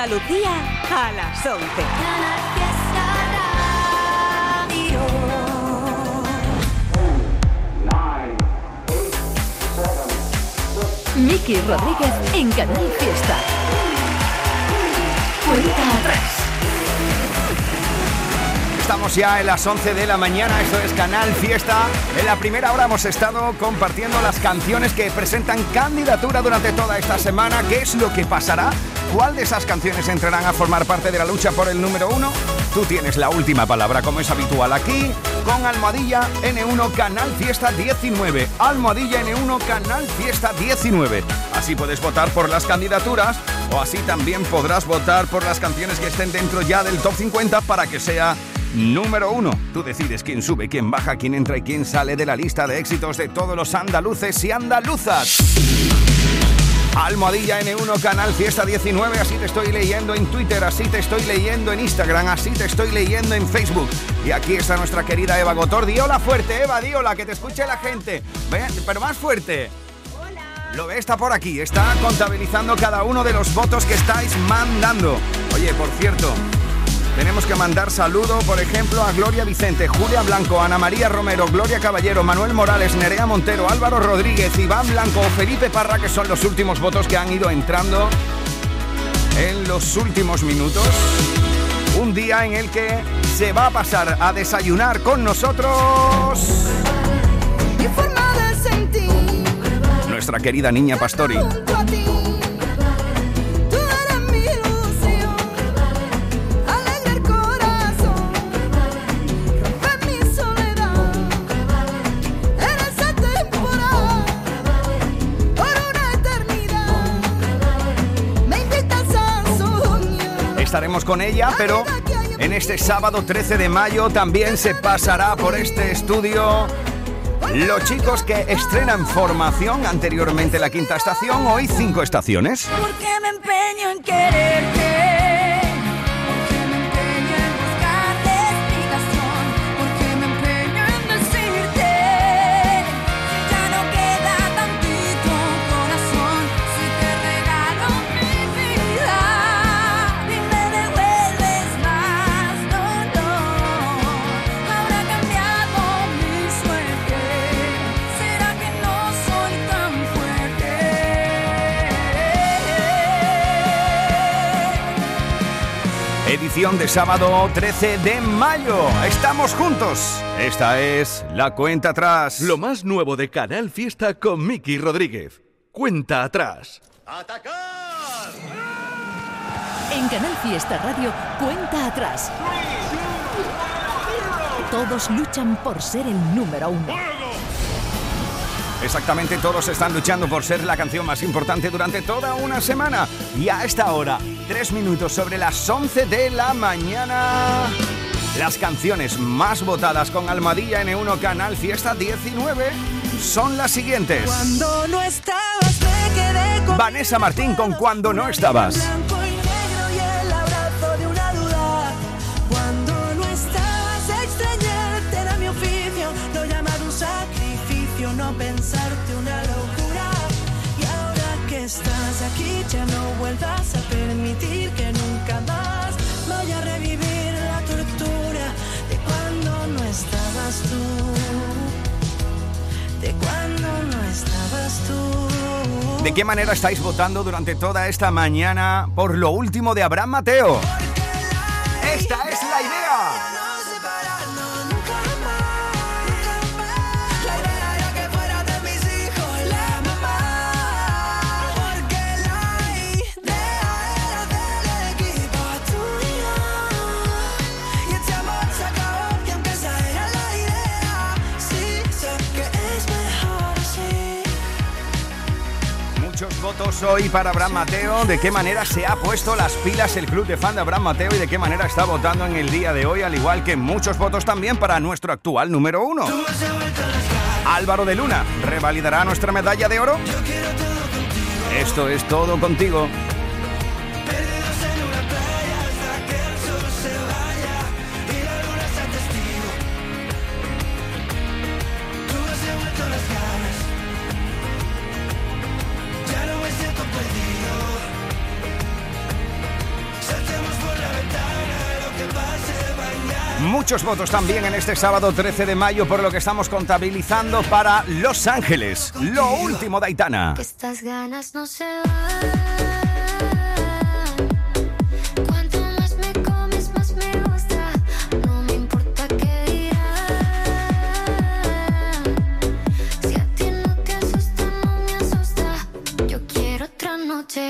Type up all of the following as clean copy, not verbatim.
Andalucía a las 11. Miki Rodríguez en Canal Fiesta. Cuenta atrás. Estamos ya en las 11 de la mañana, esto es Canal Fiesta. En la primera hora hemos estado compartiendo las canciones que presentan candidatura durante toda esta semana. ¿Qué es lo que pasará? ¿Cuál de esas canciones entrarán a formar parte de la lucha por el número 1? Tú tienes la última palabra, como es habitual aquí, con Almohadilla N1 Canal Fiesta 19. Almohadilla N1 Canal Fiesta 19. Así puedes votar por las candidaturas, o así también podrás votar por las canciones que estén dentro ya del top 50 para que sea número 1. Tú decides quién sube, quién baja, quién entra y quién sale de la lista de éxitos de todos los andaluces y andaluzas. Almohadilla N1 Canal Fiesta 19, así te estoy leyendo en Twitter, así te estoy leyendo en Instagram, así te estoy leyendo en Facebook. Y aquí está nuestra querida Eva Gotor. Di hola fuerte, Eva, di hola, que te escuche la gente. Ven, pero más fuerte. Hola. Lo ve, está por aquí, está contabilizando cada uno de los votos que estáis mandando. Oye, por cierto, tenemos que mandar saludo, por ejemplo, a Gloria Vicente, Julia Blanco, Ana María Romero, Gloria Caballero, Manuel Morales, Nerea Montero, Álvaro Rodríguez, Iván Blanco, Felipe Parra, que son los últimos votos que han ido entrando en los últimos minutos. Un día en el que se va a pasar a desayunar con nosotros nuestra querida Niña Pastori. Estaremos con ella, pero en este sábado 13 de mayo también se pasará por este estudio los chicos que estrenan formación, anteriormente La Quinta Estación, hoy 5 estaciones. Porque me empeño en quererte, porque me empeño en buscarte explicación, porque me empeño en decirte, si ya no queda tantito corazón, si te regalo mi vida y me devuelves más dolor, habrá cambiado mi suerte, será que no soy tan fuerte. Edición de sábado 13 de mayo. Estamos juntos. Esta es la cuenta atrás. Lo más nuevo de Canal Fiesta con Miki Rodríguez. Cuenta atrás. ¡Atacar! En Canal Fiesta Radio, cuenta atrás. Todos luchan por ser el número 1. Exactamente, todos están luchando por ser la canción más importante durante toda una semana. Y a esta hora, 3 minutos sobre las 11 de la mañana, las canciones más votadas con Almohadilla N1 Canal Fiesta 19 son las siguientes. Cuando no estabas me quedé con Vanessa Martín con Cuando no estabas. blanco y negro y el abrazo de una duda. Cuando no estabas extrañarte era mi oficio, lo llamado un sacrificio, no pensarte una locura. Y ahora que estás aquí ya no vuelvas a permitir que nunca más vaya a revivir la tortura de cuando no estabas tú, de cuando no estabas tú. ¿De qué manera estáis votando durante toda esta mañana por lo último de Abraham Mateo? Esta es la idea. Muchos votos hoy para Abraham Mateo. ¿De qué manera se ha puesto las pilas el club de fan de Abraham Mateo y de qué manera está votando en el día de hoy? Al igual que muchos votos también para nuestro actual número 1. Álvaro de Luna, ¿revalidará nuestra medalla de oro? Esto es Todo Contigo. Muchos votos también en este sábado 13 de mayo, por lo que estamos contabilizando para Los Ángeles. Lo último de Aitana. Que estas ganas no se van. Cuanto más me comes, más me gusta. No me importa qué dirán. Si a ti no te asusta, no me asusta. Yo quiero otra noche.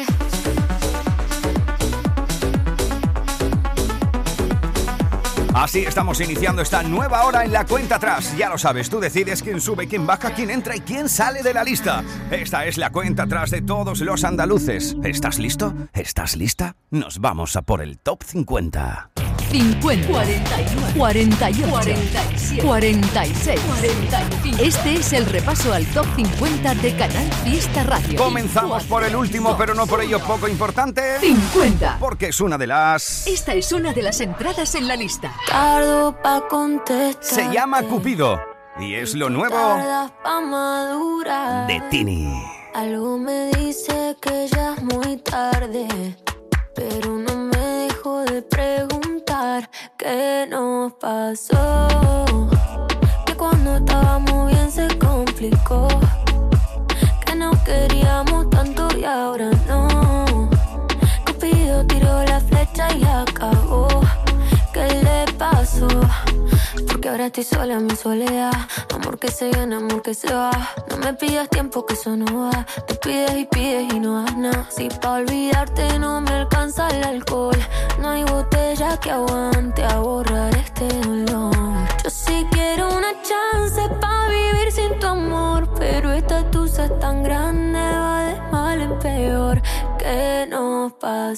Así estamos iniciando esta nueva hora en la cuenta atrás. Ya lo sabes, tú decides quién sube, quién baja, quién entra y quién sale de la lista. Esta es la cuenta atrás de todos los andaluces. ¿Estás listo? ¿Estás lista? Nos vamos a por el top 50. 50, 41, 48, 47, 46, 45. Este es el repaso al top 50 de Canal Fiesta Radio. Comenzamos por el último, pero no por ello poco importante. 50. Porque es una de las... Esta es una de las entradas en la lista. Tardo pa' contestar. Se llama Cupido y es lo nuevo Tardas pa' madurar. de Tini. Algo me dice que ya es muy tarde, pero no me dejo de preguntar qué nos pasó. Que cuando estábamos bien se complicó, que no queríamos tanto y ahora no. Cupido tiró la flecha y acabó. ¿Qué le pasó? Porque ahora estoy sola en mi soledad. Amor que se viene, amor que se va. No me pidas tiempo que eso no va. Te pides y no das nada. Si pa' olvidarte no me alcanza el alcohol, no hay botella que aguante a borrar este dolor. Yo sí quiero una chance pa' vivir sin tu amor, pero esta tusa es tan grande, va de mal en peor. ¿Qué nos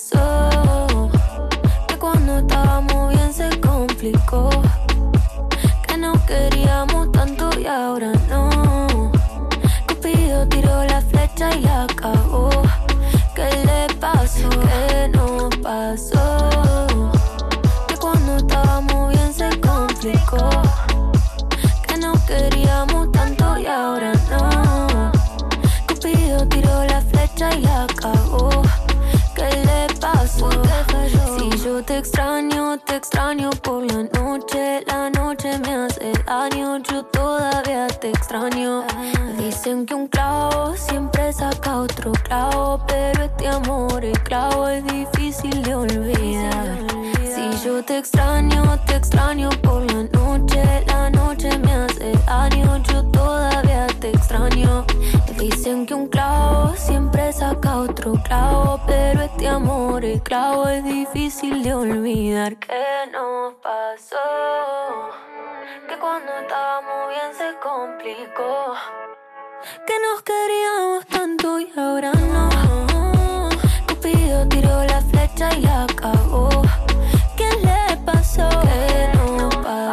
pasó? Que cuando estábamos bien se complicó, que no queríamos tanto y ahora no. Cupido tiró la flecha y acabó. ¿Qué le pasó? ¿Qué nos pasó? Que cuando estábamos bien se complicó, que no queríamos tanto y ahora no. Cupido tiró la flecha y acabó. ¿Qué le pasó? Si yo te extraño por la noche me hace daño, yo todavía te extraño. Dicen que un clavo siempre saca otro clavo, pero este amor, el clavo es difícil de olvidar. Si yo te extraño por la noche me hace daño, yo todavía te extraño. Dicen que un clavo siempre saca otro clavo, pero este amor, el clavo es difícil de olvidar. ¿Qué nos pasó? Que cuando estábamos bien se complicó, que nos queríamos tanto y ahora no. Cupido tiró la flecha y acabó. ¿Qué le pasó? ¿Qué nos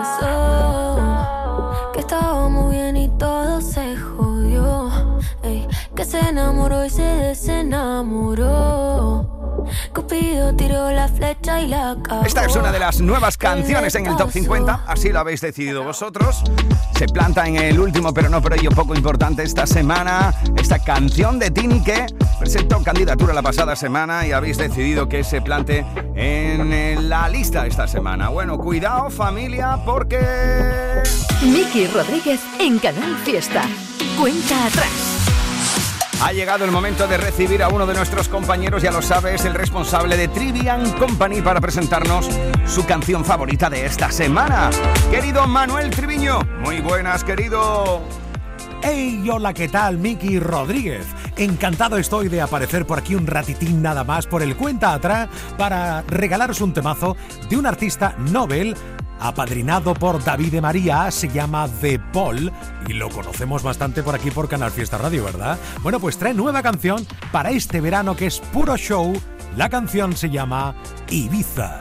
pasó? Que estábamos bien y todo se jodió. Ey, que se enamoró y se desenamoró. Cupido tiró la flecha y la acabó. Esta es una de las nuevas canciones en el top 50, así lo habéis decidido vosotros. Se planta en el último, pero no por ello poco importante esta semana, esta canción de Tini que presentó candidatura la pasada semana y habéis decidido que se plante en la lista esta semana. Bueno, cuidado familia, porque... Miki Rodríguez en Canal Fiesta. Cuenta atrás. Ha llegado el momento de recibir a uno de nuestros compañeros, ya lo sabes, el responsable de Trivian Company, para presentarnos su canción favorita de esta semana. Querido Manuel Triviño, muy buenas, querido. ¡Hey! Hola, ¿qué tal? Miki Rodríguez. Encantado estoy de aparecer por aquí un ratitín nada más por el Cuenta Atrás para regalaros un temazo de un artista Nobel apadrinado por David de María. Se llama The Paul y lo conocemos bastante por aquí por Canal Fiesta Radio, ¿verdad? Bueno, pues trae nueva canción para este verano que es puro show. La canción se llama Ibiza.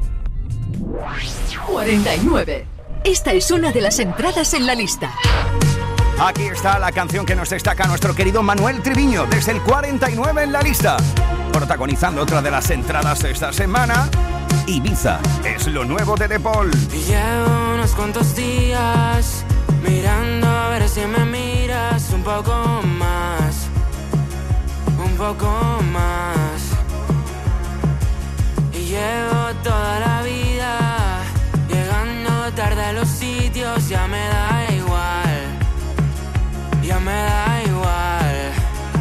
49. Esta es una de las entradas en la lista. Aquí está la canción que nos destaca nuestro querido Manuel Triviño, desde el 49 en la lista, protagonizando otra de las entradas esta semana. Ibiza es lo nuevo de The Paul. Llevo unos cuantos días mirando a ver si me miras un poco más, un poco más. Y llevo toda la vida llegando lejos, ya me da igual. Ya me da igual.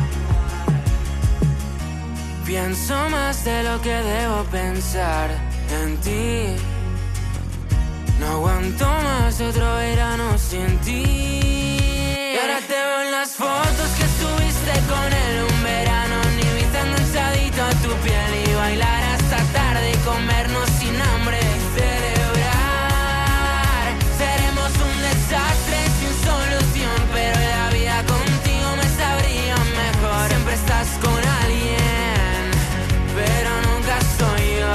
Pienso más de lo que debo pensar en ti. No aguanto más otro verano sin ti. Y ahora te veo en las fotos que subiste con él un verano en Ibiza, enganchadito a tu piel y bailar hasta tarde y comernos sin hambre y celebrar. Seremos un desastre sin solución, pero la vida contigo me sabría mejor. Siempre estás con alguien, pero nunca soy yo.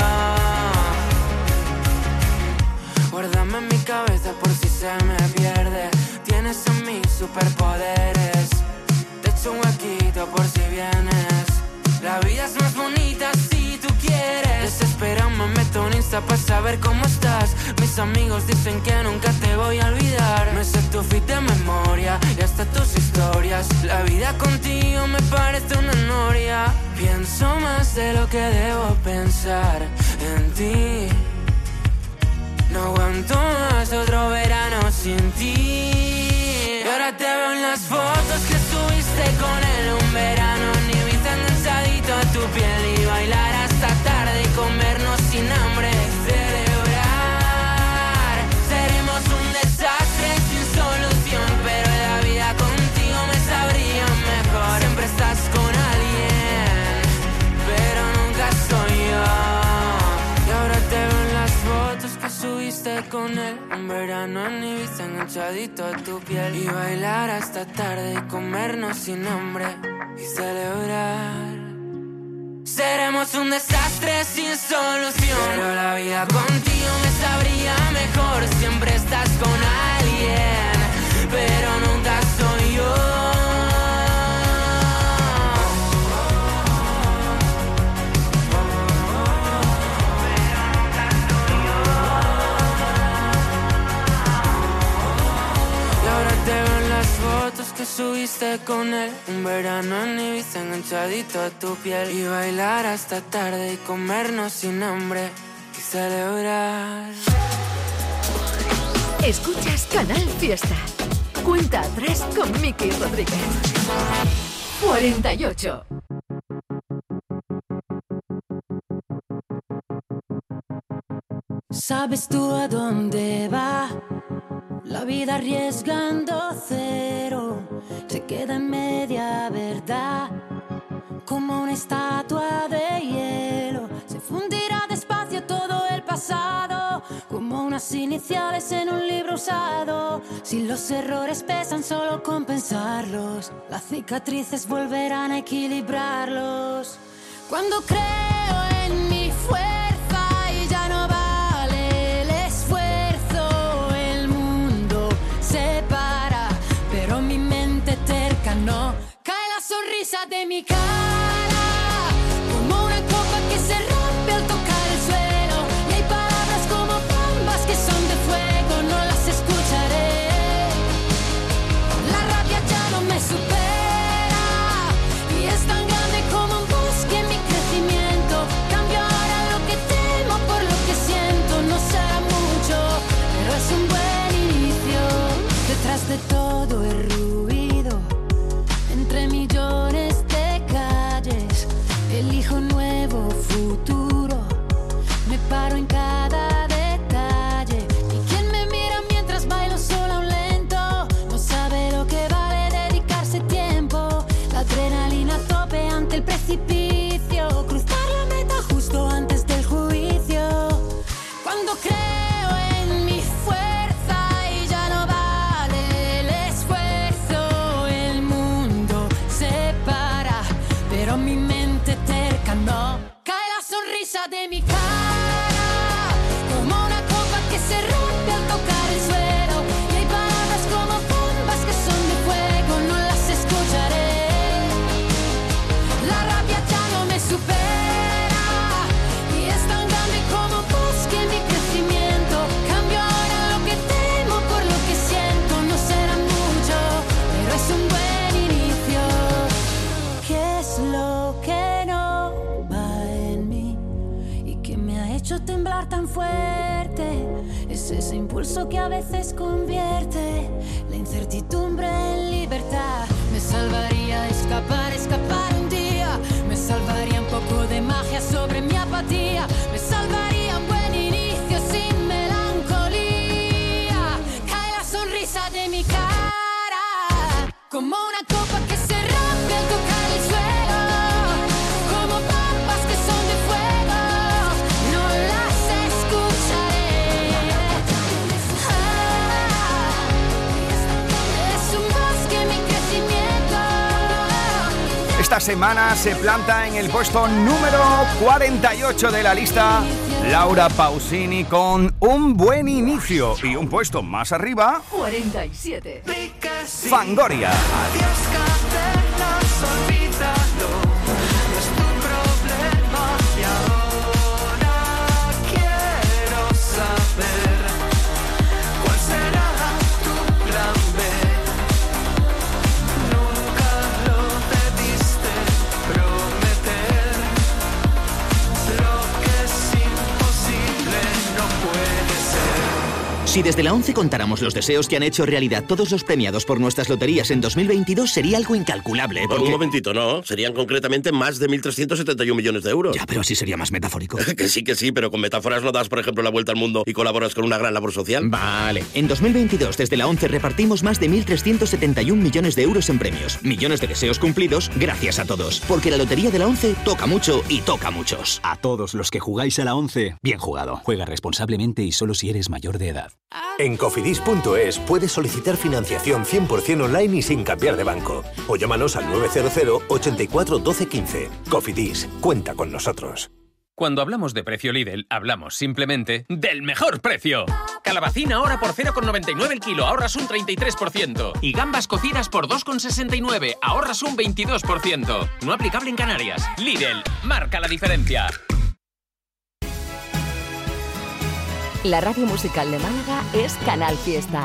Guárdame en mi cabeza por si se me pierde. Tienes en mí superpoderes. Te echo un huequito por si vienes. La vida es más bonita si tú quieres. Desesperado me meto en Insta para saber cómo estás. Mis amigos dicen que nunca te voy a olvidar. Me sé tu feed de memoria y hasta tus historias. La vida contigo me parece una noria. Pienso más de lo que debo pensar en ti. No aguanto más otro verano sin ti. Y ahora te veo en las fotos que subiste con él un verano en Ibiza, enganchadito a tu piel y bailar hasta tarde y comernos sin hambre y celebrar. Seremos un desastre sin solución, pero la vida contigo me sabría mejor. Siempre estás con alguien, pero nunca soy yo. Y ahora te veo en las fotos que subiste con él un verano en Ibiza, enganchadito a tu piel y bailar hasta tarde y comernos sin hambre y celebrar. Seremos un desastre sin solución, pero la vida contigo me sabría mejor. Siempre estás con alguien, pero nunca soy yo. Te veo en las fotos que subiste con él un verano en Ibiza, enganchadito a tu piel y bailar hasta tarde y comernos sin hambre y celebrar. Escuchas Canal Fiesta. Cuenta atrás con Miki Rodríguez. 48. ¿Sabes tú a dónde va? La vida arriesgando cero se queda en media verdad, como una estatua de hielo. Se fundirá despacio todo el pasado, como unas iniciales en un libro usado. Si los errores pesan solo con pensarlos, las cicatrices volverán a equilibrarlos. Cuando creo en mi fuerza y ya no va no, cae la sonrisa de mi cara, como una copa que se rompe al tocar el suelo. Y hay palabras como bombas que son de fuego, no las escucharé. La rabia ya no me supera y es tan grande como un bosque en mi crecimiento. Cambio ahora lo que temo por lo que siento. No será mucho, pero es un buen inicio. Detrás de todo el ruido, entre millones de calles, elijo un nuevo futuro. Me paro en cada detalle. Y quien me mira mientras bailo sola un lento, no sabe lo que vale dedicarse tiempo. La adrenalina a tope ante el precipicio, cruzar la meta justo antes del juicio. Cuando creo en mi fuerza y ya no vale el esfuerzo, el mundo se para, pero mi mente terca no. Cae la sonrisa de mi cara, como una copa que se rompe al tocar el suelo. Y hay palabras como bombas que son de fuego, no las escucharé. La rabia ya no me supera y es tan grande como un bosque en mi crecimiento. Cambio ahora lo que temo por lo que siento. No será mucho, pero es un buen inicio. ¿Qué es lo que no va en mí y que me ha hecho temblar tan fuerte? Es ese impulso que a veces convierte Como una copa que se rompe al tocar el suelo, como papas que son de fuego, no las escucharé. Es un bosque mi crecimiento. Esta semana se planta en el puesto número 48 de la lista Laura Pausini con Un buen inicio. Y un puesto más arriba, 47. Fangoria. Adiós, cadenas, olvídalo. No es tu problema. Y ahora quiero saber cuál será tu plan B. Nunca lo debiste prometer. Lo que es imposible no puede ser. Si desde la 11 contáramos los deseos que han hecho realidad todos los premiados por nuestras loterías en 2022, sería algo incalculable. Por un momentito, no. Serían concretamente más de 1.371 millones de euros. Ya, pero así sería más metafórico. Que sí, pero con metáforas no das, por ejemplo, la vuelta al mundo y colaboras con una gran labor social. Vale. En 2022, desde la 11, repartimos más de 1.371 millones de euros en premios. Millones de deseos cumplidos, gracias a todos. Porque la lotería de la 11 toca mucho y toca a muchos. A todos los que jugáis a la 11, bien jugado. Juega responsablemente y solo si eres mayor de edad. En Cofidis.es puedes solicitar financiación 100% online y sin cambiar de banco. O llámanos al 900 84 12 15. Cofidis, cuenta con nosotros. Cuando hablamos de precio Lidl, hablamos simplemente del mejor precio. Calabacín ahora por 0,99 el kilo, ahorras un 33%. Y gambas cocidas por 2,69, ahorras un 22%. No aplicable en Canarias. Lidl, marca la diferencia. La radio musical de Málaga es Canal Fiesta.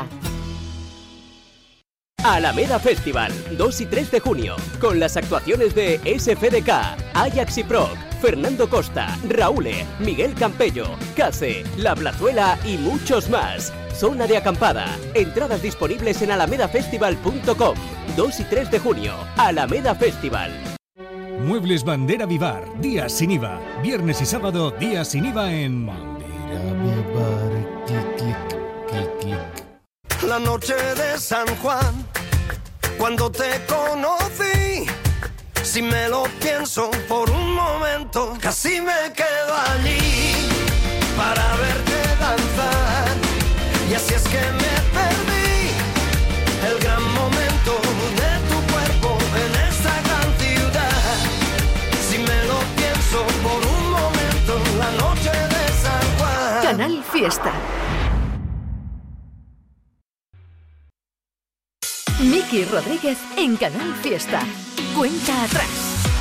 Alameda Festival, 2 y 3 de junio, con las actuaciones de SFDK, Ajax y Proc, Fernando Costa, Raúle, Miguel Campello, Case, La Plazuela y muchos más. Zona de acampada. Entradas disponibles en alamedafestival.com. 2 y 3 de junio, Alameda Festival. Muebles Bandera Vivar, días sin IVA. Viernes y sábado, días sin IVA en... La noche de San Juan, cuando te conocí, si me lo pienso por un momento, casi me quedo allí para verte danzar. Y así es que me perdí el gran momento de tu cuerpo en esta gran ciudad. Si me lo pienso por un momento, la noche de San Juan. Canal Fiesta. Miki Rodríguez en Canal Fiesta. Cuenta atrás.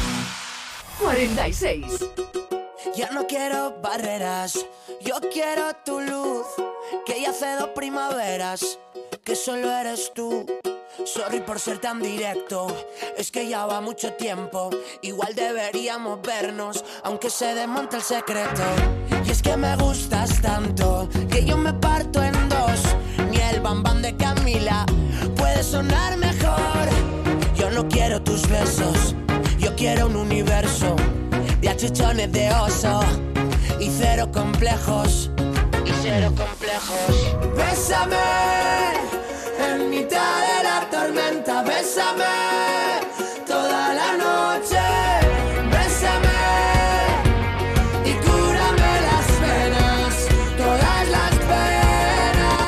46. Ya no quiero barreras, yo quiero tu luz. Que ya hace 2 primaveras, que solo eres tú. Sorry por ser tan directo, es que ya va mucho tiempo. Igual deberíamos vernos, aunque se desmonte el secreto. Y es que me gustas tanto, que yo me parto en dos. Ni el bambán de Camila puede sonar mejor. Yo no quiero tus besos, yo quiero un universo de achuchones de oso y cero complejos. Y cero complejos. Bésame en mitad de la tormenta, bésame toda la noche, bésame y cúrame las penas, todas las penas.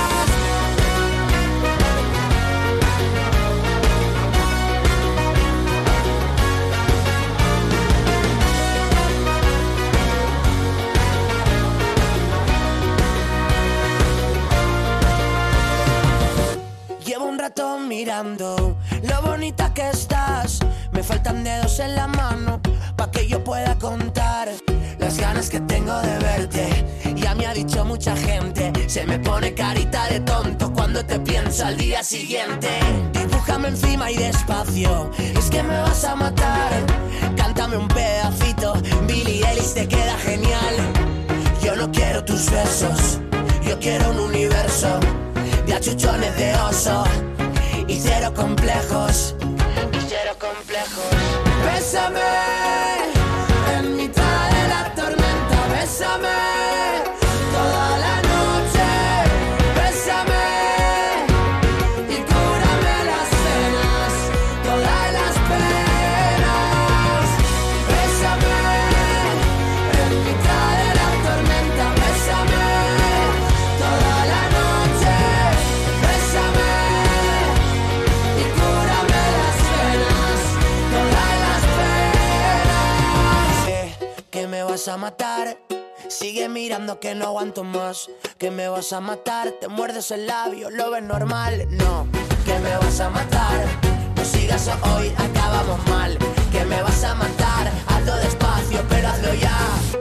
Llevo un rato mirando lo bonita que estás. Me faltan dedos en la mano pa' que yo pueda contar las ganas que tengo de verte. Ya me ha dicho mucha gente, se me pone carita de tonto cuando te pienso al día siguiente. Dibújame encima y despacio, es que me vas a matar. Cántame un pedacito, Billie Eilish te queda genial. Yo no quiero tus besos, yo quiero un universo de achuchones de oso y cero complejos, y cero complejos. Bésame en mitad de la tormenta, bésame toda la noche, bésame y cúrame las penas. a matar. Sigue mirando que no aguanto más. Que me vas a matar, te muerdes el labio, lo ves normal. No, que me vas a matar. No sigas hoy, acabamos mal. Que me vas a matar, hazlo despacio, pero hazlo ya.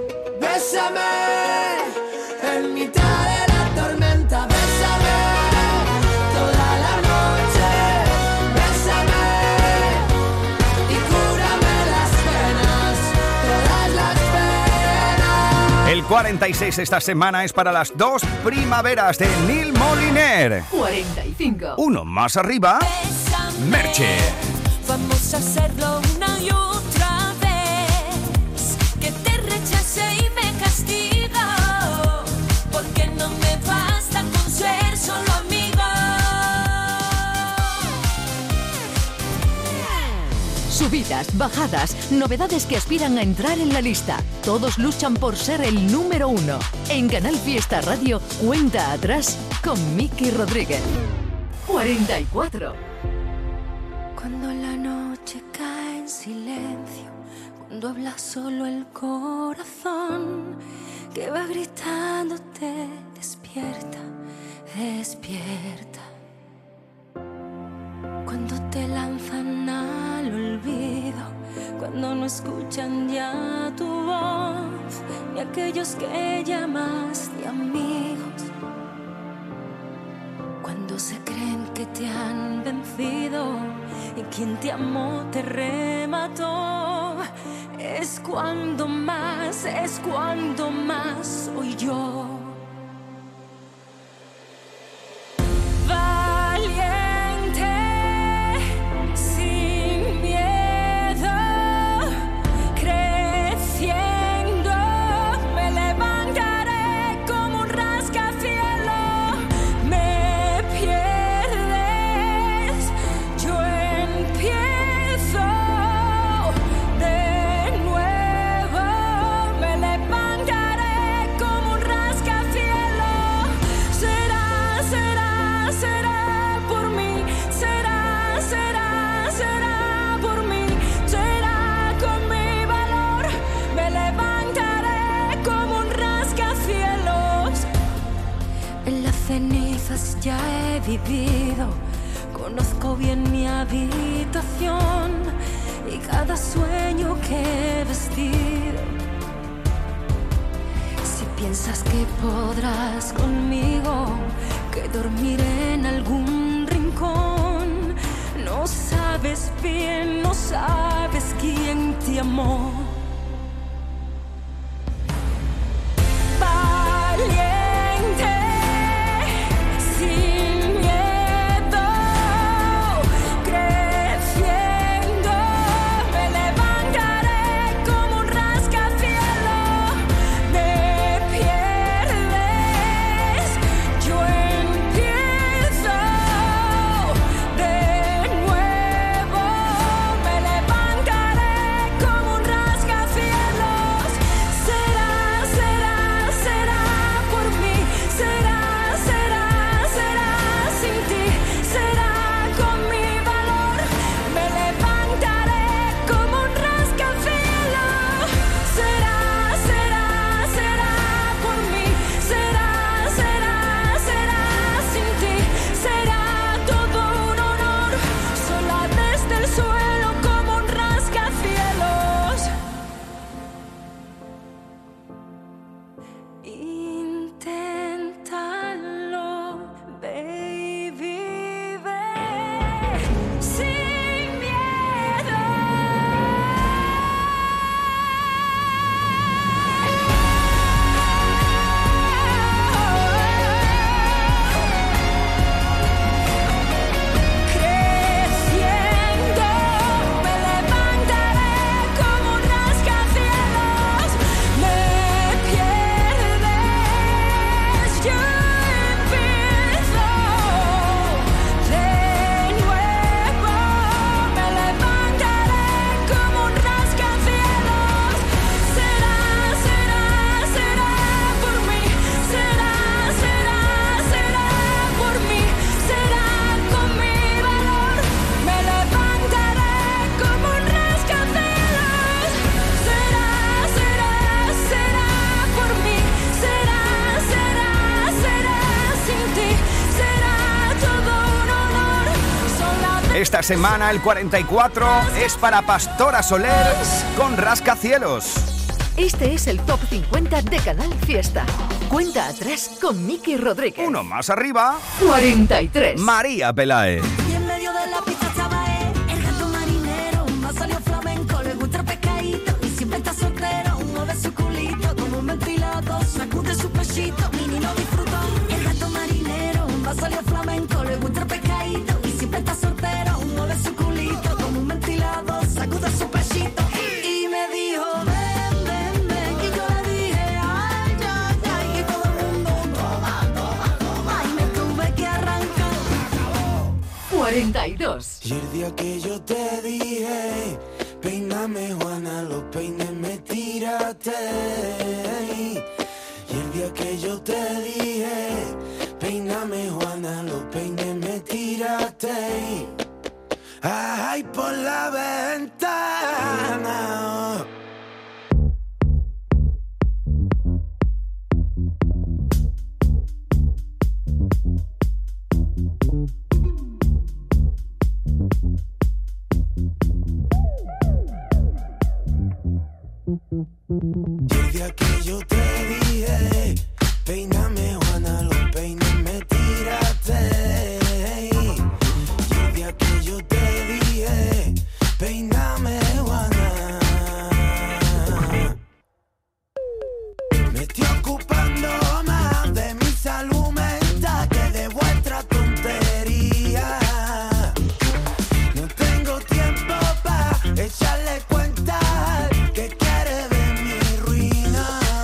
Bésame en mitad de la tormenta, bésame toda la noche, bésame y cúrame las penas, todas las penas. El 46 esta semana es para las 2 primaveras de Neil Moliner. 45. Uno más arriba, Merche. Vamos a hacerlo una y otra vez. Que te rechace y me castigo. Porque no me basta con ser solo amigo. Subidas, bajadas, novedades que aspiran a entrar en la lista. Todos luchan por ser el número 1. En Canal Fiesta Radio, cuenta atrás con Miki Rodríguez. 44. Cuando la noche cae en silencio, cuando habla solo el corazón, que va gritándote, despierta, despierta. Cuando te lanzan al olvido, cuando no escuchan ya tu voz, ni aquellos que llamas de amigos. Cuando se creen que te han vencido y quien te amó te remató, es cuando más soy yo. Valiente, sin miedo, creciendo, me levantaré como un rascacielos. Me pierdes, yo empiezo de nuevo. Me levantaré como un rascacielos. Será, será, será por mí. Será, será, será por mí. Será con mi valor. Me levantaré como un rascacielos. En las cenizas ya he vivido, conozco bien mi habitación y cada sueño que he vestido. Si piensas que podrás conmigo, que dormiré en algún rincón, no sabes bien, no sabes quién te amó. Valiente, sin miedo, creciendo, me levantaré como un rascacielos. Me pierdes, yo empiezo de nuevo. Me levantaré como un rascacielos. Esta semana el 44 es para Pastora Soler con Rascacielos. Este es el Top 50 de Canal Fiesta. Cuenta atrás con Miki Rodríguez. Uno más arriba. 43. María Pelae. Y en medio de la pista estaba él, el gato marinero, más salió flamenco, le gusta el pescadito y siempre está soltero, mueve su culito como un ventilador, sacude su pechito, Mini lo disfrutó. El gato marinero, más salió flamenco, le gusta el pescadito y siempre está soltero, mueve su culito como un ventilador, sacude su pechito y me dijo ven, ven, ven, y yo le dije ay, ay, ay, y todo el mundo toma, y me tuve que arrancar. 42. Y el día que yo te dije, peíname Juana, los peines me tiraste. Y el día que yo te dije, peíname Juana, los peines me tiraste. Ay, por la ventana. Y el día que yo te dije, peíname Juana, los peines me tiraste. Y el día que yo te dije, peíname Juana, me estoy ocupando más de mi salud mental que de vuestra tontería. No tengo tiempo para echarle cuenta que quiere ver mi ruina.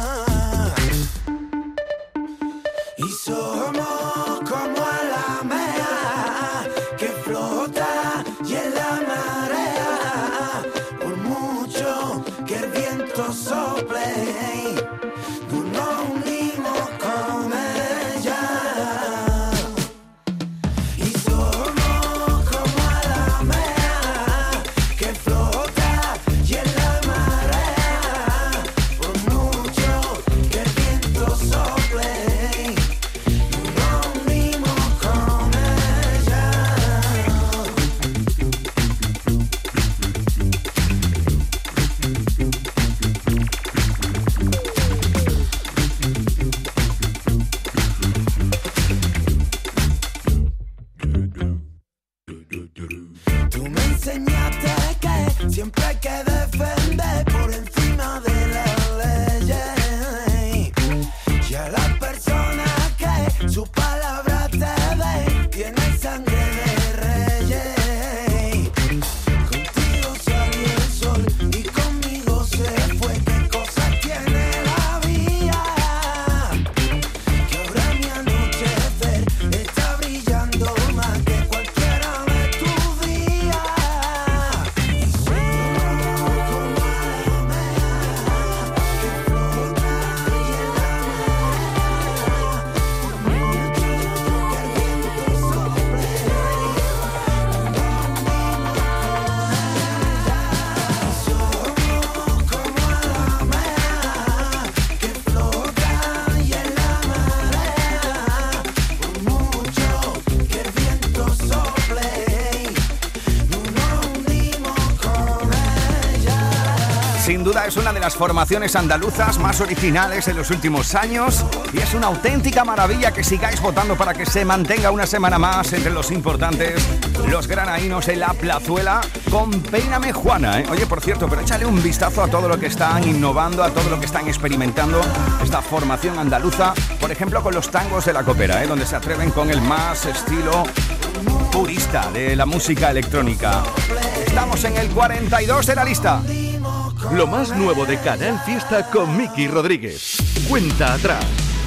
Y somos como la marea que flota y en la marea. Por mucho que el viento sople, no nos unimos con ella. Y somos como la marea que flota y en la marea. Por mucho que el viento sople, no nos unimos con ella. Tú me enseñaste que siempre hay que defender por encima de las leyes. Y a las personas que su palabra te den, tienen sangre de reyes. Contigo salió el sol y conmigo se fue. ¿Qué cosa tiene la vida? Que ahora mi anochecer está brillando más que cualquiera de tus días. Y somos como la marea que flota y en la marea. Por mucho que el viento sople, no nos unimos con ella. Somos como la marea que flota y en la marea. Por mucho que el viento sople, no nos unimos con ella. Sin duda es una de las formaciones andaluzas más originales de los últimos años y es una auténtica maravilla que sigáis votando para que se mantenga una semana más entre los importantes, los granaínos en la plazuela con Peíname Juana, ¿eh? Oye, por cierto, pero échale un vistazo a todo lo que están innovando, a todo lo que están experimentando esta formación andaluza, por ejemplo con los tangos de la Copera, ¿eh? Donde se atreven con el más estilo purista de la música electrónica. Estamos en el 42 de la lista. Lo más nuevo de Canal Fiesta con Miki Rodríguez. Cuenta atrás.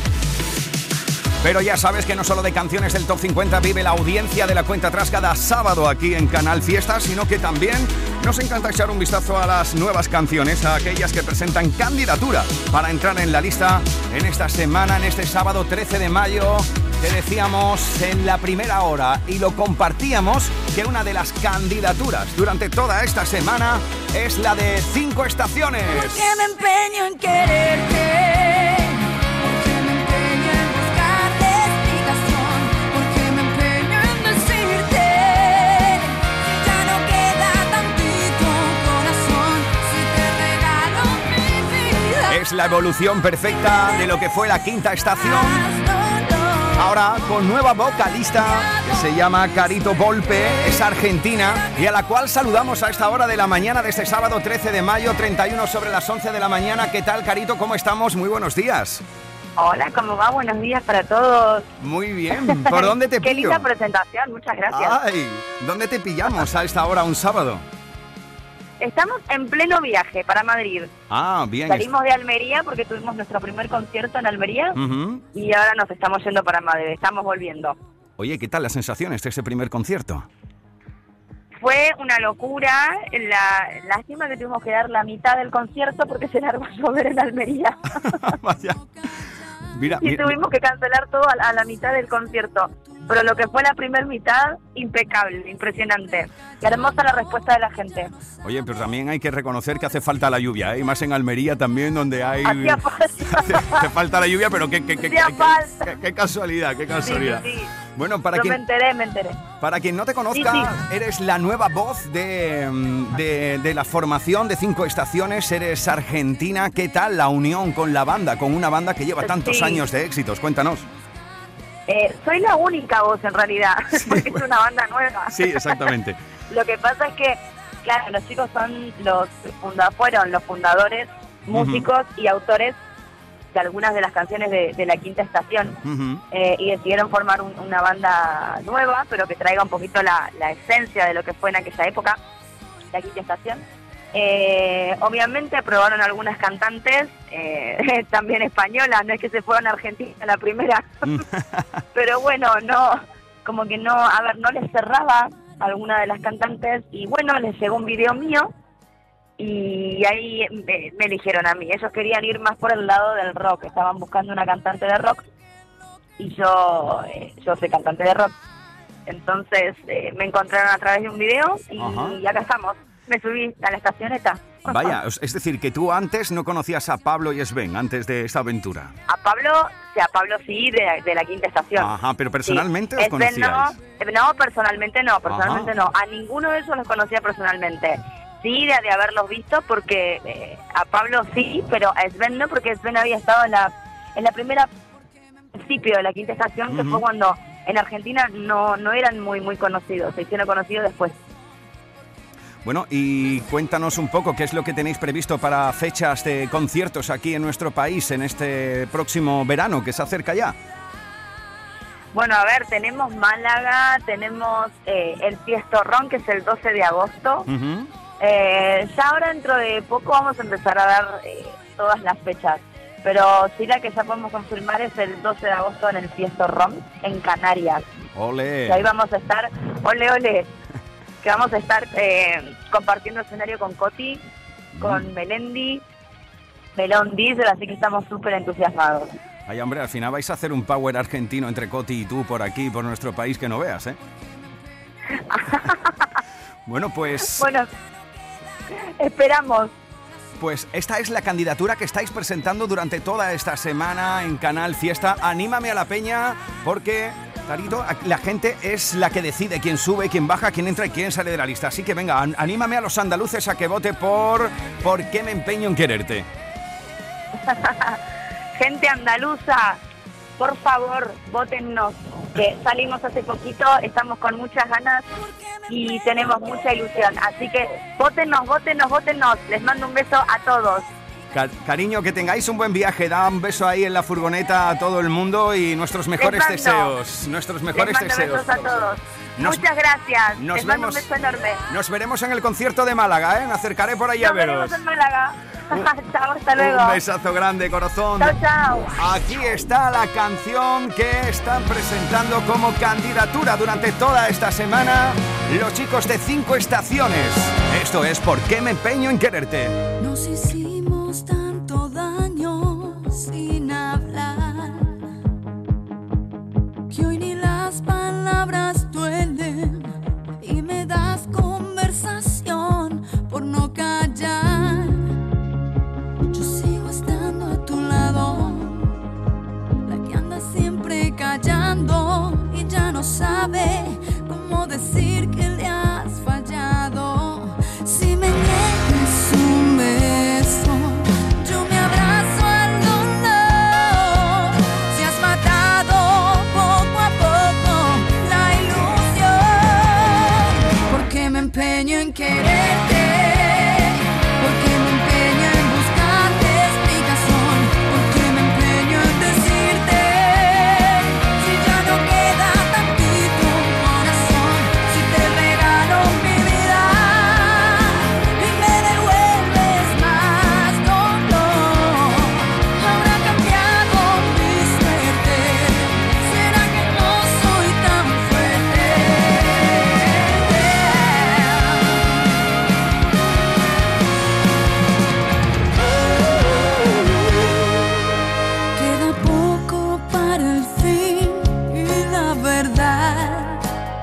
Pero ya sabes que no solo de canciones del Top 50 vive la audiencia de la cuenta atrás cada sábado aquí en Canal Fiesta, sino que también nos encanta echar un vistazo a las nuevas canciones, a aquellas que presentan candidatura para entrar en la lista en esta semana, en este sábado 13 de mayo. Te decíamos en la primera hora y lo compartíamos que una de las candidaturas durante toda esta semana es la de 5 estaciones. Porque me empeño en quererte, porque me empeño en buscarte explicación, porque me empeño en decirte la evolución perfecta de lo que fue la Quinta Estación. Ahora con nueva vocalista que se llama Carito Volpe, es argentina y a la cual saludamos a esta hora de la mañana de este sábado 13 de mayo, 31 sobre las 11 de la mañana. ¿Qué tal, Carito? ¿Cómo estamos? Muy buenos días. Hola, ¿cómo va? Buenos días para todos. Muy bien. ¿Por dónde te pillo? Qué linda presentación, muchas gracias. Ay, ¿dónde te pillamos a esta hora un sábado? Estamos en pleno viaje para Madrid. Ah, bien. Salimos de Almería porque tuvimos nuestro primer concierto en Almería y ahora nos estamos yendo para Madrid, estamos volviendo. Oye, ¿qué tal las sensaciones de ese primer concierto? Fue una locura, lástima que tuvimos que dar la mitad del concierto porque se largó a llover en Almería. Vaya. Mira, y tuvimos que cancelar todo a la mitad del concierto. Pero lo que fue la primera mitad, impecable, impresionante. Y hermosa la respuesta de la gente. Oye, pero también hay que reconocer que hace falta la lluvia, ¿eh? Y más en Almería también, donde hay... Hacía falta. Hace falta la lluvia, pero qué casualidad, qué casualidad. Sí. Bueno, me enteré. Para quien no te conozca, eres la nueva voz de la formación de 5 estaciones, eres argentina. ¿Qué tal la unión con la banda, con una banda que lleva tantos años de éxitos? Cuéntanos. Soy la única voz en realidad, porque es una banda nueva. Sí, exactamente. Lo que pasa es que, claro, los chicos fueron los fundadores, músicos y autores de algunas de las canciones de la Quinta Estación y decidieron formar una banda nueva, pero que traiga un poquito la esencia de lo que fue en aquella época, la Quinta Estación. Obviamente probaron algunas cantantes también españolas, no es que se fueron a Argentina la primera pero bueno, no les cerraba alguna de las cantantes y bueno, les llegó un video mío y ahí me eligieron a mí. Ellos querían ir más por el lado del rock, estaban buscando una cantante de rock y yo soy cantante de rock, entonces me encontraron a través de un video y acá estamos. Me subí a la estacioneta. Vaya, es decir, que tú antes no conocías a Pablo y Sven, antes de esta aventura. A Pablo sí, de la Quinta Estación. Ajá, pero personalmente os conocíais. No, personalmente no. A ninguno de ellos los conocía personalmente. Sí, de haberlos visto, porque a Pablo sí, pero a Sven no, porque Sven había estado en la primera principio de la Quinta Estación, que fue cuando en Argentina no eran muy conocidos, se hicieron conocidos después. Bueno, y cuéntanos un poco qué es lo que tenéis previsto para fechas de conciertos aquí en nuestro país en este próximo verano que se acerca ya. Bueno, a ver, tenemos Málaga, tenemos el Fiestorrón, que es el 12 de agosto. Ya ahora dentro de poco vamos a empezar a dar todas las fechas, pero sí la que ya podemos confirmar es el 12 de agosto en el Fiestorrón, en Canarias. ¡Ole! Y ahí vamos a estar, ole, que vamos a estar compartiendo escenario con Coti, con Melendi, Melón Diesel, así que estamos súper entusiasmados. Ay, hombre, al final vais a hacer un power argentino entre Coti y tú por aquí, por nuestro país, que no veas, ¿eh? Bueno, pues... Bueno, esperamos. Pues esta es la candidatura que estáis presentando durante toda esta semana en Canal Fiesta. Anímame a la peña, porque... Carito, la gente es la que decide quién sube, quién baja, quién entra y quién sale de la lista. Así que venga, anímame a los andaluces a que vote por qué me empeño en quererte. Gente andaluza, por favor, vótennos, que salimos hace poquito, estamos con muchas ganas y tenemos mucha ilusión. Así que vótennos. Les mando un beso a todos. Cariño, que tengáis un buen viaje. Da un beso ahí en la furgoneta a todo el mundo y nuestros mejores deseos. Nuestros mejores deseos. Besos a todos. Muchas gracias. Les mando un beso enorme. Nos veremos en el concierto de Málaga, ¿eh? Me acercaré por ahí a veros. Nos veremos en Málaga. Chao, hasta luego. Un besazo grande, corazón. Chao. Aquí está la canción que están presentando como candidatura durante toda esta semana los chicos de 5 estaciones. Esto es ¿Por qué me empeño en quererte? Nos hicimos tanto daño sin hablar, que hoy ni las palabras duelen y me das conversación por no callar. Yo sigo estando a tu lado, la que anda siempre callando y ya no sabe cómo decir que le has fallado. Si me niegas un beso, en quererte, porque me empeño en buscarte explicación, porque me empeño en decirte, si ya no queda tantito corazón, si te regalo mi vida y me devuelves más dolor. Habrá cambiado mi suerte, será que no soy tan fuerte. Queda poco para el fin y la verdad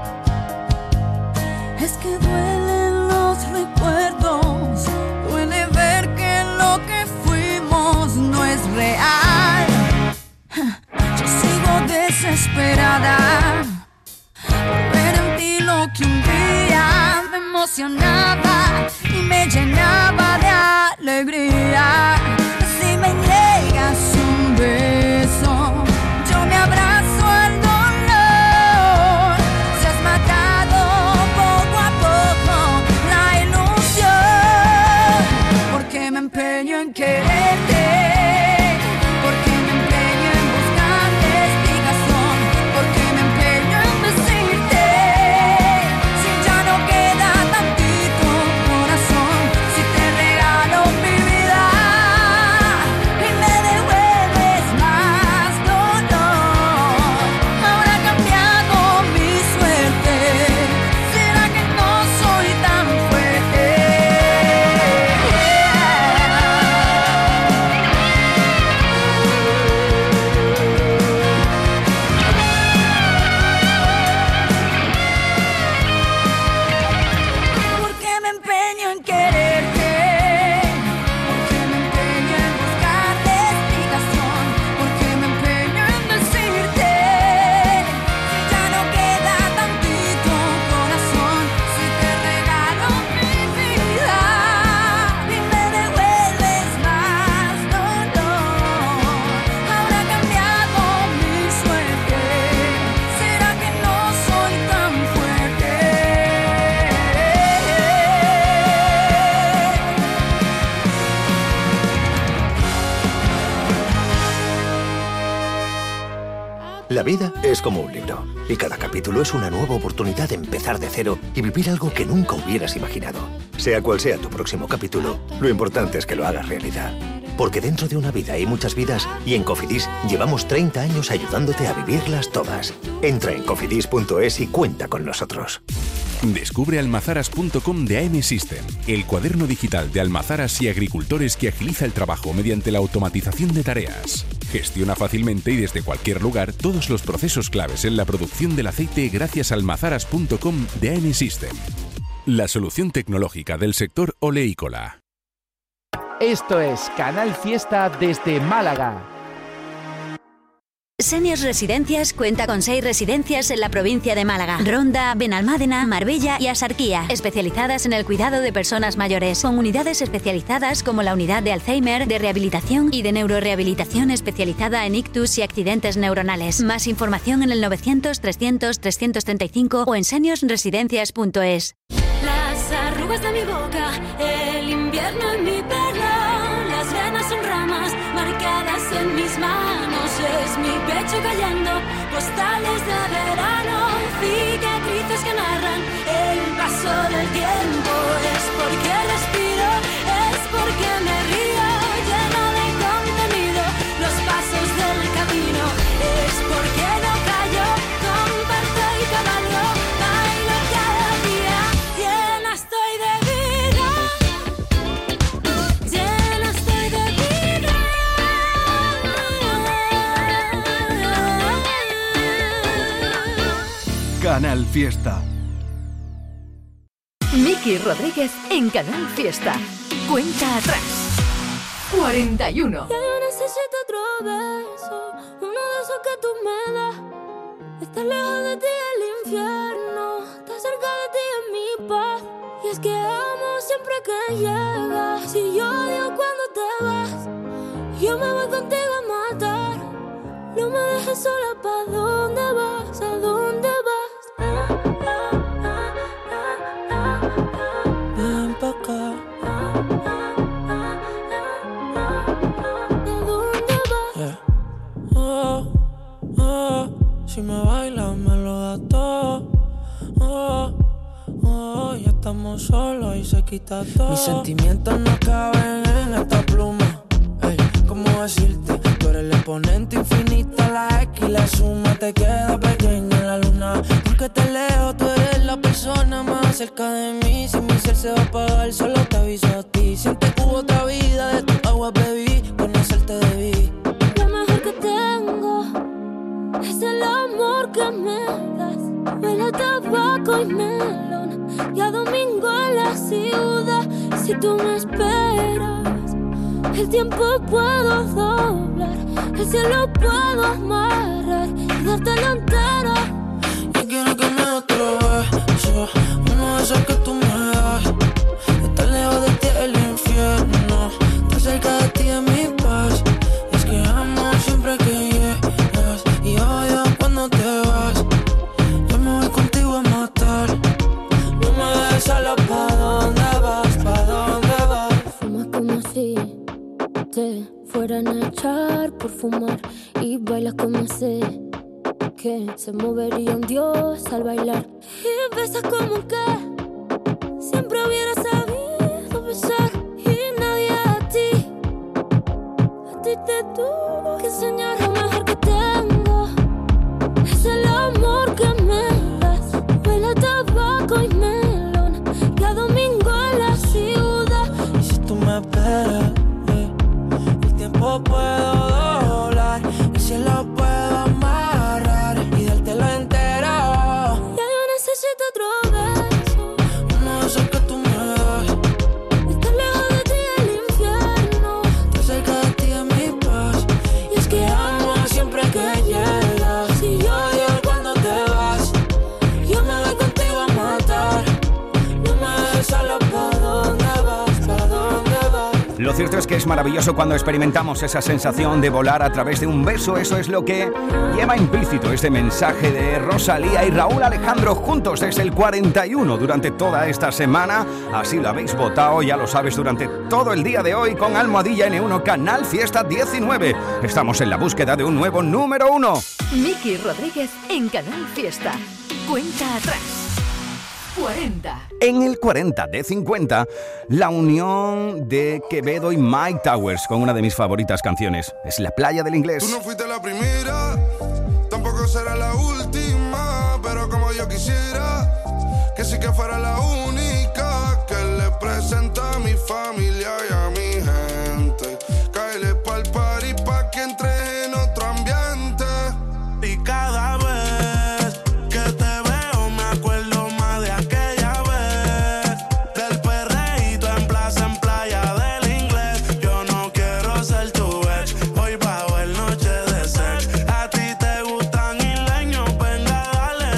es que duelen los recuerdos, duele ver que lo que fuimos no es real. Yo sigo desesperada por ver en ti lo que un día me emocionaba y me llenaba de alegría. Si me niegas un beso, yo me abrazo al dolor. Si has matado poco a poco la ilusión, porque me empeño en quererte, porque me empeño en buscarte explicación, porque me empeño en decirte, si ya no queda tantito corazón, si te regalo mi vida y me devuelves más dolor. Habrá cambiado mi suerte, será que no soy tan fuerte. Porque me empeño en quererte, porque me empeño en buscarte explicación, porque me empeño en decirte, si ya no queda tantito corazón, si te regalo mi vida y me devuelves más dolor. Habrá cambiado mi suerte, será que no soy tan fuerte. La vida es como un libro, y cada capítulo es una nueva oportunidad de empezar de cero y vivir algo que nunca hubieras imaginado. Sea cual sea tu próximo capítulo, lo importante es que lo hagas realidad. Porque dentro de una vida hay muchas vidas, y en Cofidis llevamos 30 años ayudándote a vivirlas todas. Entra en cofidis.es y cuenta con nosotros. Descubre almazaras.com de AM System, el cuaderno digital de almazaras y agricultores que agiliza el trabajo mediante la automatización de tareas. Gestiona fácilmente y desde cualquier lugar todos los procesos claves en la producción del aceite gracias a almazaras.com de AM System. La solución tecnológica del sector oleícola. Esto es Canal Fiesta desde Málaga. Seniors Residencias cuenta con 6 residencias en la provincia de Málaga: Ronda, Benalmádena, Marbella y Axarquía, especializadas en el cuidado de personas mayores, con unidades especializadas como la unidad de Alzheimer, de rehabilitación y de neurorehabilitación especializada en ictus y accidentes neuronales. Más información en el 900 300 335 o en seniorsresidencias.es. Las arrugas de mi boca, el invierno en mi pelo, las venas son ramas marcadas en mis manos, es mi pecho cayendo, postales de verano, cicatrices que narran el paso del tiempo. Es porque respiro, es porque me río, lleno de contenido, los pasos del camino. Es porque no callo, comparto y cabalgo, bailo cada día, llena estoy de vida, llena estoy de vida. Canal Fiesta. Miki Rodríguez en Canal Fiesta. Cuenta atrás. 41. Ya yo necesito otro beso, uno de esos que tú me das. Estar lejos de ti es el infierno, estar cerca de ti es mi paz. Y es que amo siempre que llegas, y yo odio cuando te vas. Yo me voy contigo a matar, no me dejes sola. ¿Pa' dónde vas? ¿A dónde vas? estamos solos y se quita todo. Mis sentimientos no caben en esta pluma. Ey, ¿cómo decirte? Tú eres el exponente infinito, la X y la suma te queda pequeña en la luna. Porque te leo, tú eres la persona más cerca de mí. Si mi ser se va a apagar, solo te aviso a ti. Siente que hubo otra vida, de tu agua bebí, conocerte debí. Lo mejor que tengo es el amor que me das. Huele a tabaco y melón y a domingo en la ciudad. Si tú me esperas, el tiempo puedo doblar, el cielo puedo amarrar y dártelo entero. Yo quiero que me des otro beso, uno de esos que tú me das. Estar lejos de ti es el infierno, estar cerca de ti es mi paz. Es que amo siempre que llegas y odio cuando te vas. Yo me voy contigo a matar, no me dejes sola. ¿Pa' dónde vas? ¿Pa' dónde vas? Fumas como si te fueran a echar por fumar y bailas como sé que se movería un dios al bailar. Y besas como que siempre hubiera sabido besar. Y nadie a ti te tuvo que enseñar. Lo mejor que tengo es el amor que me das. Huele a tabaco y melón y a domingo en la ciudad. Y si tú me esperas, el tiempo puedo doblar, el cielo puedo amarrar y dártelo entero. Ya yo necesito otro beso, uno de esos que tú me das. estar lejos de ti es el infierno, Estar cerca de ti es mi paz. Y es que amo siempre que llegas y odio cuando te vas. Yo me voy contigo a matar, no me dejes solo. ¿Pa' dónde vas? ¿Pa' dónde vas? Lo cierto es que es maravilloso cuando experimentamos esa sensación de volar a través de un beso. Eso es lo que lleva implícito este mensaje de Rosalía y Raúl Alejandro juntos desde el 41 durante toda esta semana. Así lo habéis votado, ya lo sabes, durante todo el día de hoy con Almohadilla N1 Canal Fiesta 19. Estamos en la búsqueda de un nuevo número 1. Miki Rodríguez en Canal Fiesta. Cuenta atrás. 40. En el 40 de 50, la unión de Quevedo y Mike Towers con una de mis favoritas canciones. Es La Playa del Inglés. Tú no fuiste la primera, tampoco será la última, pero como yo quisiera que sí que fuera la única que le presenta a mi familia y a mi gente. Cáele pa'l party pa' que entre en otro ambiente. Y cada vez que te veo me acuerdo más de aquella vez, del perreíto en plaza, en playa del Inglés. Yo no quiero ser tu ex, hoy bajo el noche de sex. A ti te gustan isleños, venga dale,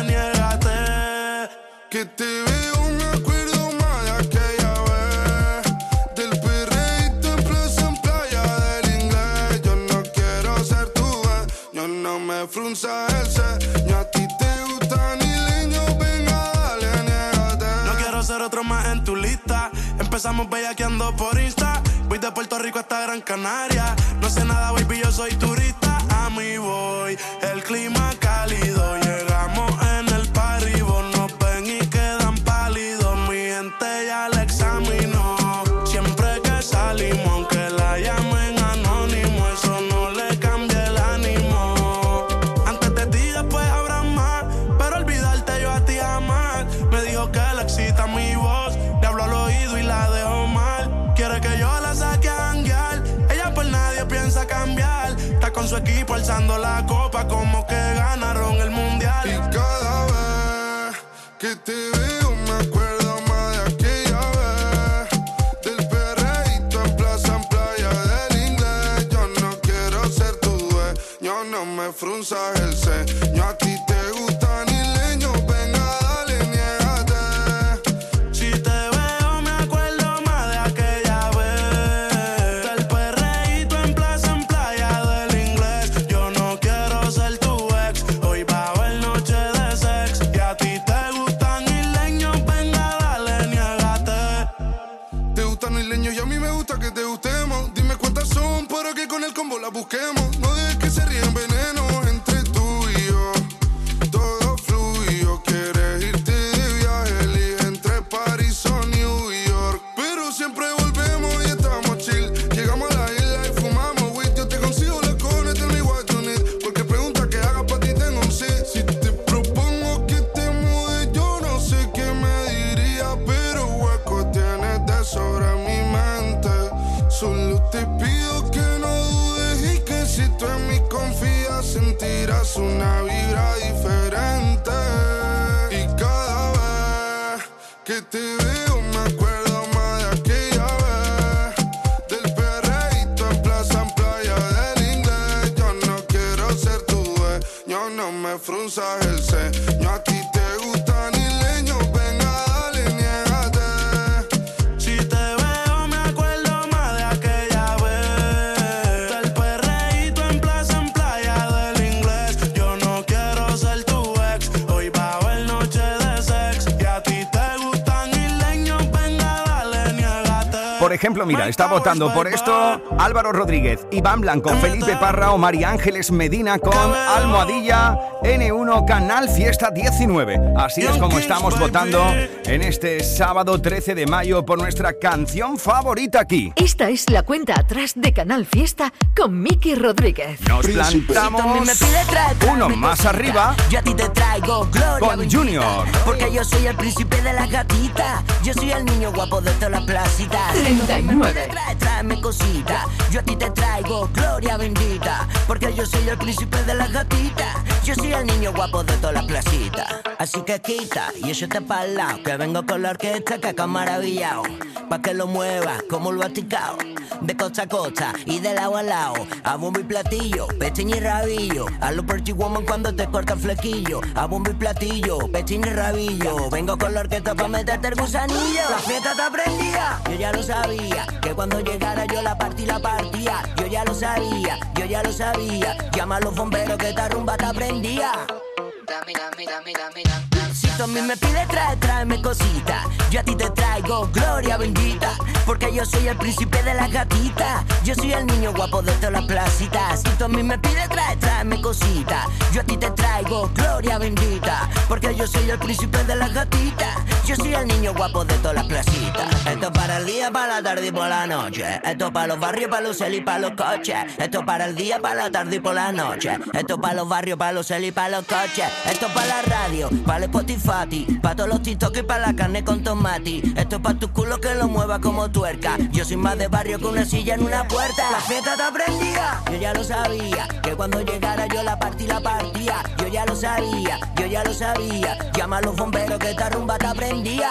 niégate. Que te veo me acuerdo más de aquella vez, del perreíto en plaza, en playa del Inglés. Yo no quiero ser tu ex, yo no me frunza el ceño. A ti te gustan isleños, venga dale, niégate. No quiero ser otro más en tu lista. Empezamos bellaqueando por Insta. Voy de Puerto Rico hasta Gran Canaria. No sé nada, baby, yo soy turista. A mí voy, el clima cálido. Llegamos en el party, vos nos ven y quedan pálidos. Mi gente ya la examinó. Siempre que salimos, aunque la llamen anónimo, eso no le cambia el ánimo. Antes de ti, después habrá más, pero olvidarte yo a ti jamás. Me dijo que le excita mi voz, le hablo al oído y la dejo mal. Quiere que yo la saque a janguear, ella por nadie piensa cambiar. Está con su equipo alzando la copa como que ganaron el mundial. Y cada vez que te veo me acuerdo más de aquella vez, del perreíto en plaza, en playa del Inglés. Yo no quiero ser tu dueño, no me frunzas el ceño. A ti te gustan isleños, venga dale, niégate. Si te veo me acuerdo más de aquella vez, del perreíto en plaza, en playa del Inglés. Yo no quiero ser tu ex, hoy bajo el noche de sex. Y a ti te gustan isleños, venga dale, niégate. Te gustan isleños y a mí me gusta que te gustemos. Dime cuántas son para que con el combo las busquemos. No dejes que se ríen veneno entre tú tienes una vibra diferente. Y cada vez que te veo me acuerdo más de aquella vez. Del perreíto en plaza, en playa del inglés. Yo no quiero ser tu dueño, no me frunzas el ceño. A ti te gustan isleños, venga dale, niégate. Si te veo me acuerdo más de aquella vez. Del perreíto en plaza, en playa del inglés. Yo no quiero ser tu ex, hoy va a haber noche de sex. Y a ti te gustan isleños, venga dale, niégate. Por ejemplo, mira, está votando por esto Álvaro Rodríguez, Iván Blanco, Felipe Parra o María Ángeles Medina con Almohadilla N1 Canal Fiesta 19. Así es como estamos votando en este sábado 13 de mayo por nuestra canción favorita aquí. Esta es la cuenta atrás de Canal Fiesta con Miki Rodríguez. Nos plantamos uno más arriba Yo a ti te traigo gloria con Junior. Porque yo soy el príncipe de las gatitas. Yo soy el niño guapo de todas las placitas. 39. Tráeme cositas. Yo a ti te traigo gloria bendita. Porque yo soy el príncipe de las gatitas. Yo soy el niño guapo de todas las placitas. Así que quita y échate pa'l lado, que vengo con la orquesta que acá maravillado. Pa' que lo muevas como lo aticao. De costa a costa y de lado a lado. A bombo y platillo, pestaña y rabillo. A lo Pretty Woman cuando te corta el flequillo. A bombo y platillo, pestaña y rabillo. Vengo con la orquesta pa' meterte el gusanillo. La fiesta te aprendía, yo ya lo sabía. Que cuando llegara yo la partía. Yo ya lo sabía, yo ya lo sabía. Llama a los bomberos que esta rumba te aprendía. Si tú a mí me pides tráeme cositas. Yo a ti te traigo gloria bendita. Porque yo soy el príncipe de las gatitas. Yo soy el niño guapo de todas las placitas. Si tú a mí me pides tráeme cositas. Yo a ti te traigo gloria bendita. Porque yo soy el príncipe de las gatitas. Yo soy el niño guapo de todas las placitas. Esto para el día, para la tarde y por la noche. Esto para los barrios, para los celis y para los coches. Esto para el día, para la tarde y por la noche. Esto para los barrios, para los celis y para los coches. Esto para la radio, para el Spotify, para todos los TikTok y para la carne con tomate. Esto para tu culo que lo mueva como tuerca. Yo soy más de barrio que una silla en una puerta. La fiesta te aprendía, yo ya lo sabía. Que cuando llegara yo la partía. Yo ya lo sabía, yo ya lo sabía. Llama a los bomberos que esta rumba te aprendía.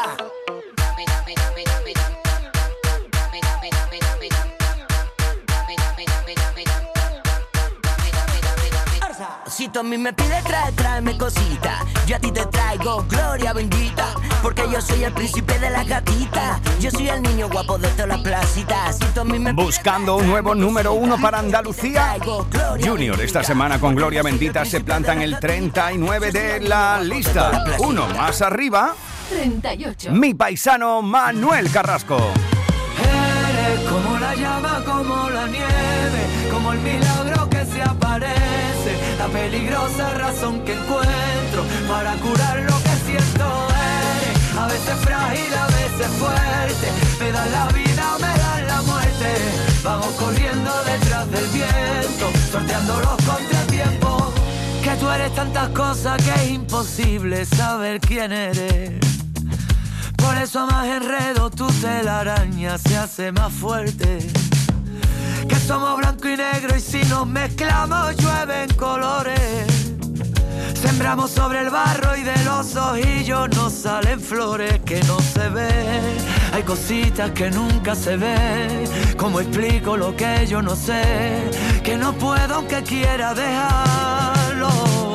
Si tú a mí me pides tráeme cositas. Yo a ti te traigo gloria bendita. Porque yo soy el príncipe de las gatitas. Yo soy el niño guapo de todas las placitas. Si tú a mí me buscando un nuevo número 1 para Andalucía. Junior esta semana con Gloria Bendita se planta en el 39 de la lista. Uno más arriba. 38. Mi paisano Manuel Carrasco. Eres como la llama, como la nieve, como el milagro que se aparece, la peligrosa razón que encuentro para curar lo que siento. Eres a veces frágil, a veces fuerte, me das la vida, me das la muerte. Vamos corriendo detrás del viento, sorteando los contratiempos. Que tú eres tantas cosas que es imposible saber quién eres. Por eso a más enredo tu telaraña se hace más fuerte. Que somos blanco y negro y si nos mezclamos llueven colores. Sembramos sobre el barro y de los ojillos nos salen flores que no se ven. Hay cositas que nunca se ven. ¿Cómo explico lo que yo no sé? Que no puedo aunque quiera dejarlo.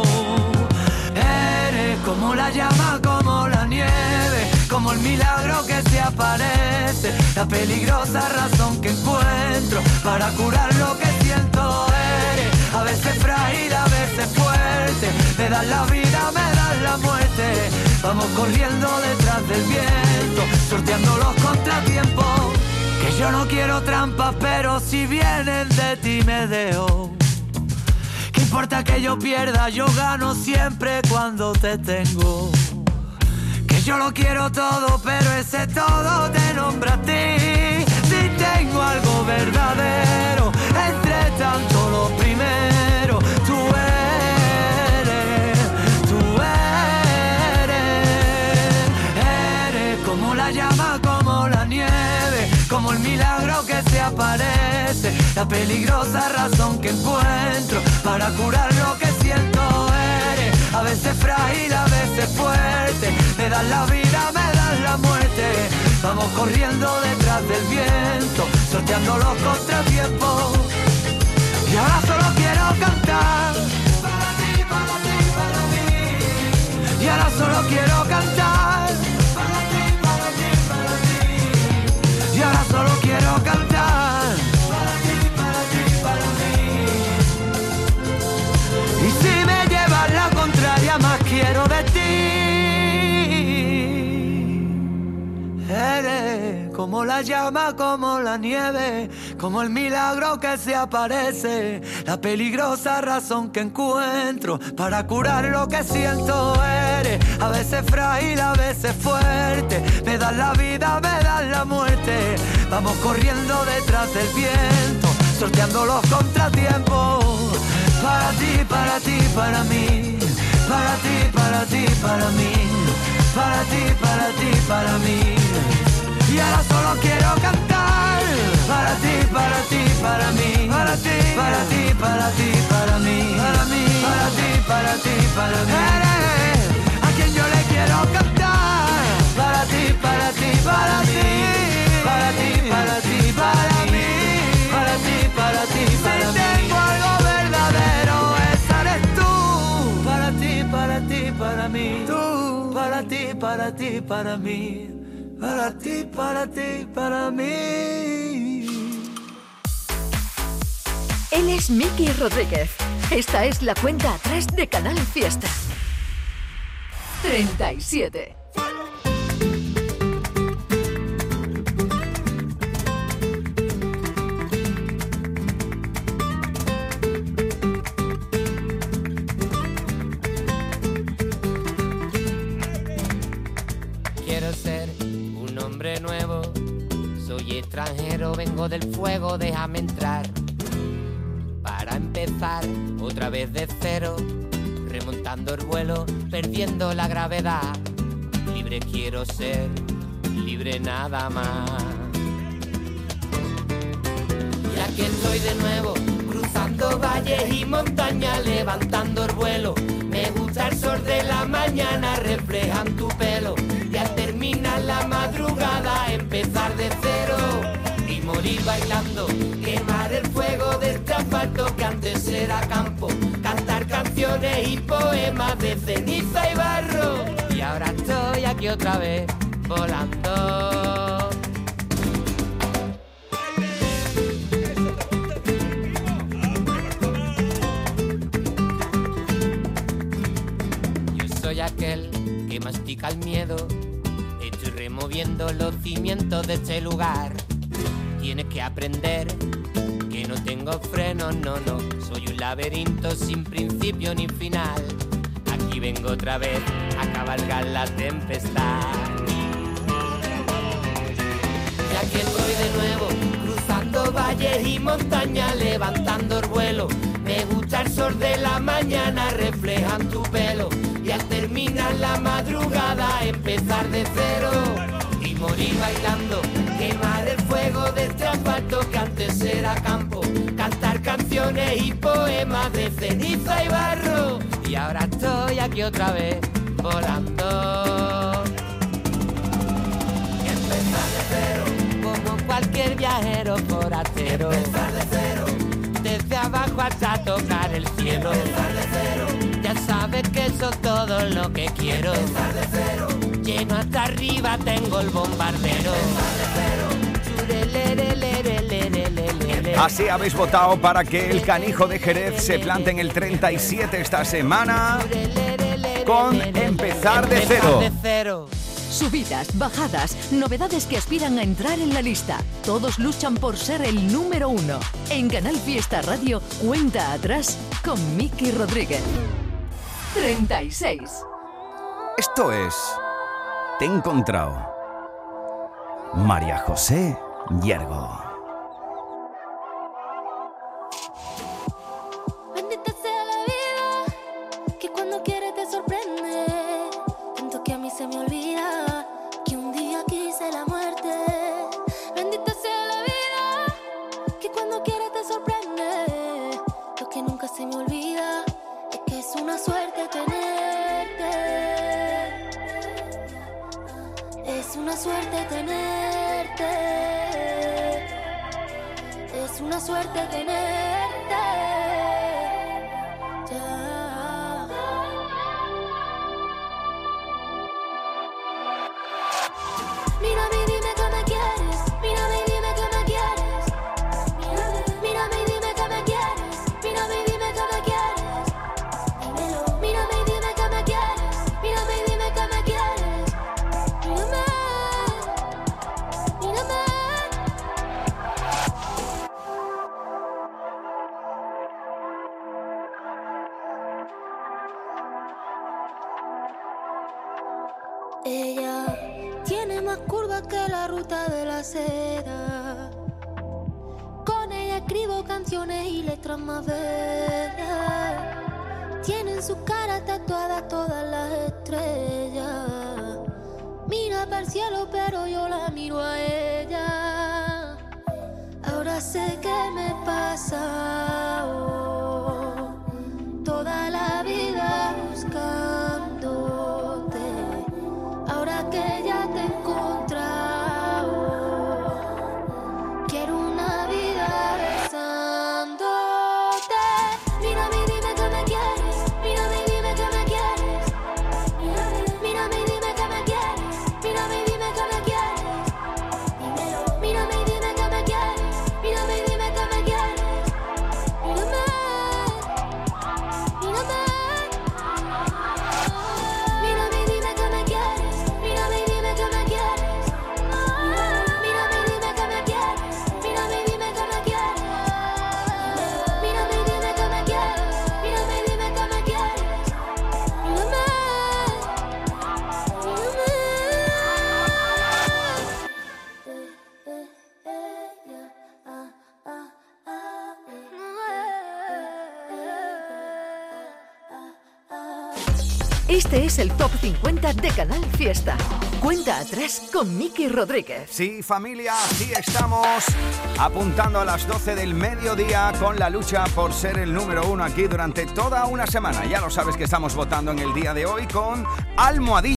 Eres como la llama, como la nieve, como el milagro que se aparece, la peligrosa razón que encuentro para curar lo que siento. Eres a veces frágil, a veces fuerte, me das la vida, me das la muerte. Vamos corriendo detrás del viento, sorteando los contratiempos. Que yo no quiero trampas, pero si vienen de ti me dejo. ¿Qué importa que yo pierda? Yo gano siempre cuando te tengo. Que yo lo quiero todo, pero ese todo te nombra a ti. Si tengo algo verdadero, entre tanto lo primero, tú eres como la llama, como la nieve, como el milagro que se aparece, la peligrosa razón que encuentro para curar lo que siento. A veces frágil, a veces fuerte. Me das la vida, me das la muerte. Vamos corriendo detrás del viento, sorteando los contratiempos. Y ahora solo quiero cantar para ti, para ti, para mí. Y ahora solo quiero cantar para ti, para ti, para mí. Y ahora solo quiero cantar para ti, para ti, para mí. Y si me llevas la contraria, más quiero de ti. Eres como la llama, como la nieve, como el milagro que se aparece, la peligrosa razón que encuentro para curar lo que siento. Eres a veces frágil, a veces fuerte. Me das la vida, me das la muerte. Vamos corriendo detrás del viento, sorteando los contratiempos. Para ti, para ti, para mí. Para ti, para ti, para mí. Para ti, para ti, para mí. Y ahora solo quiero cantar para ti, para ti, para mí. Para ti, para ti, para ti, para mí. Para mí, para ti, para ti, para mí. Eres a quien yo le quiero cantar para ti, para ti, para ti. Para ti, para ti, para mí. Para ti, para ti, para mí. Si tengo algo verdadero, esa eres tú. Para ti, para ti, para mí. Tú, para ti, para ti, para mí. Para ti, para ti, para mí. Él es Miki Rodríguez. Esta es la cuenta atrás de Canal Fiesta. 37. Quiero ser un hombre nuevo, soy extranjero, vengo del fuego, déjame entrar. Para empezar otra vez de cero, remontando el vuelo, perdiendo la gravedad. Libre quiero ser, libre nada más. Y aquí estoy de nuevo, cruzando valles y montañas, levantando el vuelo. Me gusta el sol de la mañana, refleja en tu pelo. Y al terminar la madrugada, empezar de cero y morir bailando, quemar el fuego de este asfalto que antes era campo, cantar canciones y poemas de ceniza y barro. Y ahora estoy aquí otra vez, volando. Yo soy aquel que mastica el miedo, estoy removiendo los cimientos de este lugar. Tienes que aprender que no tengo frenos, no, no. Soy un laberinto sin principio ni final. Aquí vengo otra vez a cabalgar la tempestad. Y aquí estoy de nuevo, cruzando valles y montañas, levantando el vuelo. Me gusta el sol de la mañana, refleja en tu pelo. Y al terminar la madrugada, empezar de cero y morir bailando, quemar el fuego de este asfalto que antes era campo, cantar canciones y poemas de ceniza y barro. Y ahora estoy aquí otra vez, volando. Y empezar de cero, como cualquier viajero forastero. Empezar de cero, desde abajo hasta tocar el cielo. Empezar de cero, ya sabes que eso es todo lo que quiero. Empezar de cero, lleno hasta arriba tengo el bombardero. Así habéis votado para que el canijo de Jerez se plante en el 37 esta semana con Empezar de Cero. Subidas, bajadas, novedades que aspiran a entrar en la lista. Todos luchan por ser el número 1. En Canal Fiesta Radio, cuenta atrás con Miki Rodríguez. 36. Esto es Te he encontrado. María José Yergo. Bendita sea la vida, que cuando quiere te sorprende. Tanto que a mí se me olvida que un día quise la muerte. Bendita sea la vida, que cuando quiere te sorprende. Lo que nunca se me olvida es que es una suerte tener Es una suerte tenerte. Es una suerte tenerte. Ya. Mírame y dime que me quieres. Mírame y dime que me quieres. Mírame y dime que me quieres. Mírame y dime que me quieres. Mírame y dime que me quieres. Mírame y dime que me quieres. Mírame. Mírame. Ella tiene más curvas que la ruta de la seda. Con ella escribo canciones y letras más bellas. Tiene en su cara tatuadas todas las estrellas. Mira para el cielo pero yo la miro a ella. Ahora sé qué me pasa. Toda la vida buscándote. Ahora que ya te he encontrado, quiero una vida besándote. Mírame y dime que me quieres. Mírame y dime que me quieres. Mírame y dime que me quieres. Mírame y dime que me quieres. Mírame y dime que me quieres. Mírame y dime que me quieres. Mírame. Mírame. Mírame y dime que me quieres. Mírame y dime que me quieres. Mírame y dime que me quieres. Mírame y dime que me quieres. Mírame y dime que me quieres. Mírame y dime que me quieres. Mírame. Este es el Top 50 de Canal Fiesta. Cuenta atrás con Miki Rodríguez. Sí, familia, aquí estamos apuntando a las 12 del mediodía con la lucha por ser el número 1 aquí durante toda una semana. Ya lo sabes que estamos votando en el día de hoy con Almohadilla.